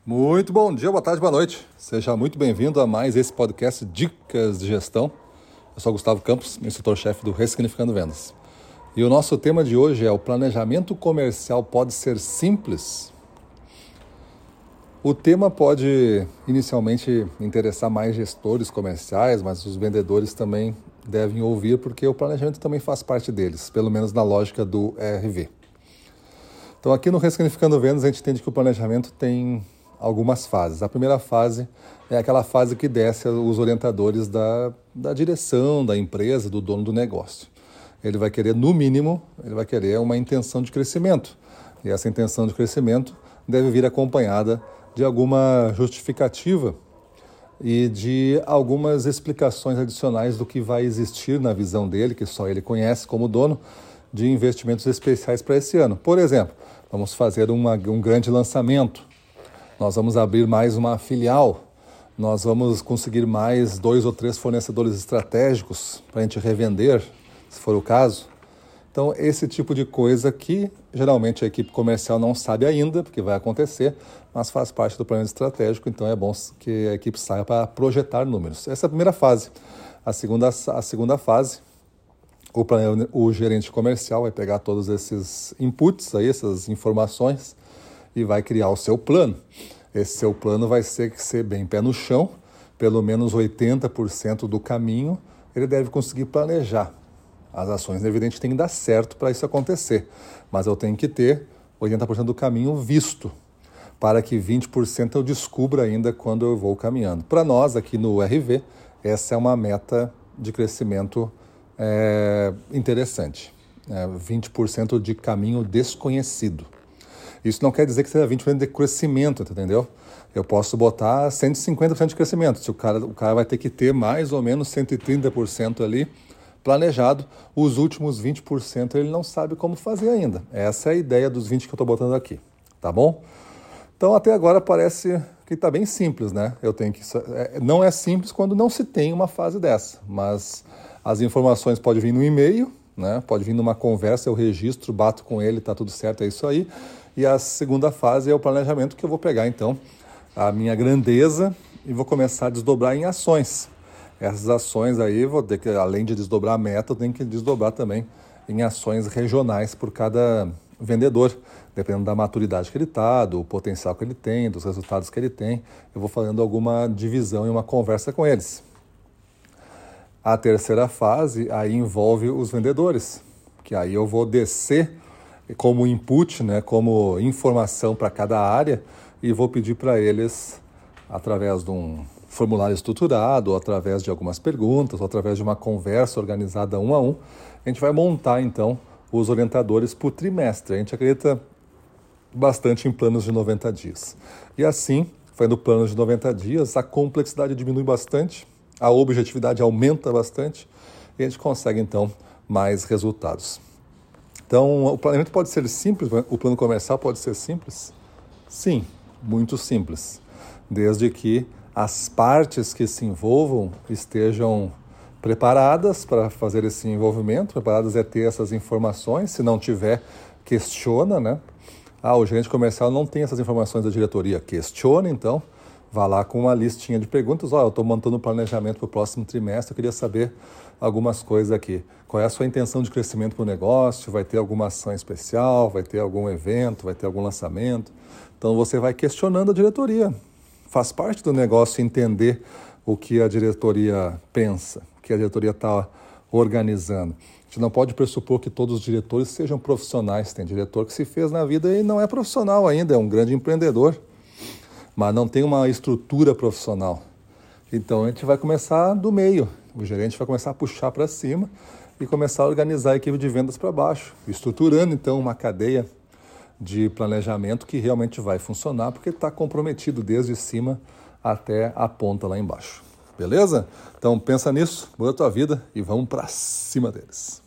Muito bom dia, boa tarde, boa noite. Seja muito bem-vindo a mais esse podcast Dicas de Gestão. Eu sou Gustavo Campos, instrutor-chefe do Ressignificando Vendas. E o nosso tema de hoje é: o planejamento comercial pode ser simples? O tema pode inicialmente interessar mais gestores comerciais, mas os vendedores também devem ouvir, porque o planejamento também faz parte deles, pelo menos na lógica do RV. Então aqui no Ressignificando Vendas a gente entende que o planejamento tem algumas fases. A primeira fase é aquela fase que desce os orientadores da direção da empresa, do dono do negócio. Ele vai querer, no mínimo, uma intenção de crescimento. E essa intenção de crescimento deve vir acompanhada de alguma justificativa e de algumas explicações adicionais do que vai existir na visão dele, que só ele conhece como dono, de investimentos especiais para esse ano. Por exemplo, vamos fazer um grande lançamento. Nós vamos abrir mais uma filial, nós vamos conseguir mais 2 ou 3 fornecedores estratégicos para a gente revender, se for o caso. Então, esse tipo de coisa que geralmente a equipe comercial não sabe ainda, porque vai acontecer, mas faz parte do plano estratégico, então é bom que a equipe saiba para projetar números. Essa é a primeira fase. A segunda fase, o gerente comercial vai pegar todos esses inputs, aí, essas informações, e vai criar o seu plano. Esse seu plano vai ser bem pé no chão, pelo menos 80% do caminho ele deve conseguir planejar. As ações, evidente, têm que dar certo para isso acontecer, mas eu tenho que ter 80% do caminho visto, para que 20% eu descubra ainda quando eu vou caminhando. Para nós, aqui no RV, essa é uma meta de crescimento interessante. 20% de caminho desconhecido. Isso não quer dizer que seja 20% de crescimento, entendeu? Eu posso botar 150% de crescimento. Se o cara vai ter que ter mais ou menos 130% ali planejado. Os últimos 20% ele não sabe como fazer ainda. Essa é a ideia dos 20% que eu estou botando aqui, tá bom? Então, até agora parece que está bem simples, né? Não é simples quando não se tem uma fase dessa, mas as informações podem vir no e-mail, né? Pode vir numa conversa, eu registro, bato com ele, tá tudo certo, é isso aí. E a segunda fase é o planejamento, que eu vou pegar, então, a minha grandeza e vou começar a desdobrar em ações. Essas ações aí, vou ter que, além de desdobrar a meta, eu tenho que desdobrar também em ações regionais por cada vendedor, dependendo da maturidade que ele está, do potencial que ele tem, dos resultados que ele tem. Eu vou fazendo alguma divisão e uma conversa com eles. A terceira fase aí envolve os vendedores, que aí eu vou descer como input, né, como informação para cada área, e vou pedir para eles, através de um formulário estruturado, ou através de algumas perguntas, ou através de uma conversa organizada 1 a 1, a gente vai montar então os orientadores por trimestre. A gente acredita bastante em planos de 90 dias. E assim, fazendo planos de 90 dias, a complexidade diminui bastante, a objetividade aumenta bastante, e a gente consegue então mais resultados. Então, o planejamento pode ser simples, o plano comercial pode ser simples? Sim, muito simples, desde que as partes que se envolvam estejam preparadas para fazer esse envolvimento, preparadas é ter essas informações. Se não tiver, questiona, né? O gerente comercial não tem essas informações da diretoria, questiona, então, vá lá com uma listinha de perguntas. Eu estou montando um planejamento para o próximo trimestre, eu queria saber algumas coisas aqui. Qual é a sua intenção de crescimento para o negócio? Vai ter alguma ação especial? Vai ter algum evento? Vai ter algum lançamento? Então você vai questionando a diretoria. Faz parte do negócio entender o que a diretoria pensa, o que a diretoria está organizando. A gente não pode pressupor que todos os diretores sejam profissionais. Tem diretor que se fez na vida e não é profissional ainda, é um grande empreendedor, mas não tem uma estrutura profissional. Então a gente vai começar do meio. O gerente vai começar a puxar para cima e começar a organizar a equipe de vendas para baixo, estruturando então uma cadeia de planejamento que realmente vai funcionar, porque está comprometido desde cima até a ponta lá embaixo. Beleza? Então pensa nisso, muda a tua vida e vamos para cima deles.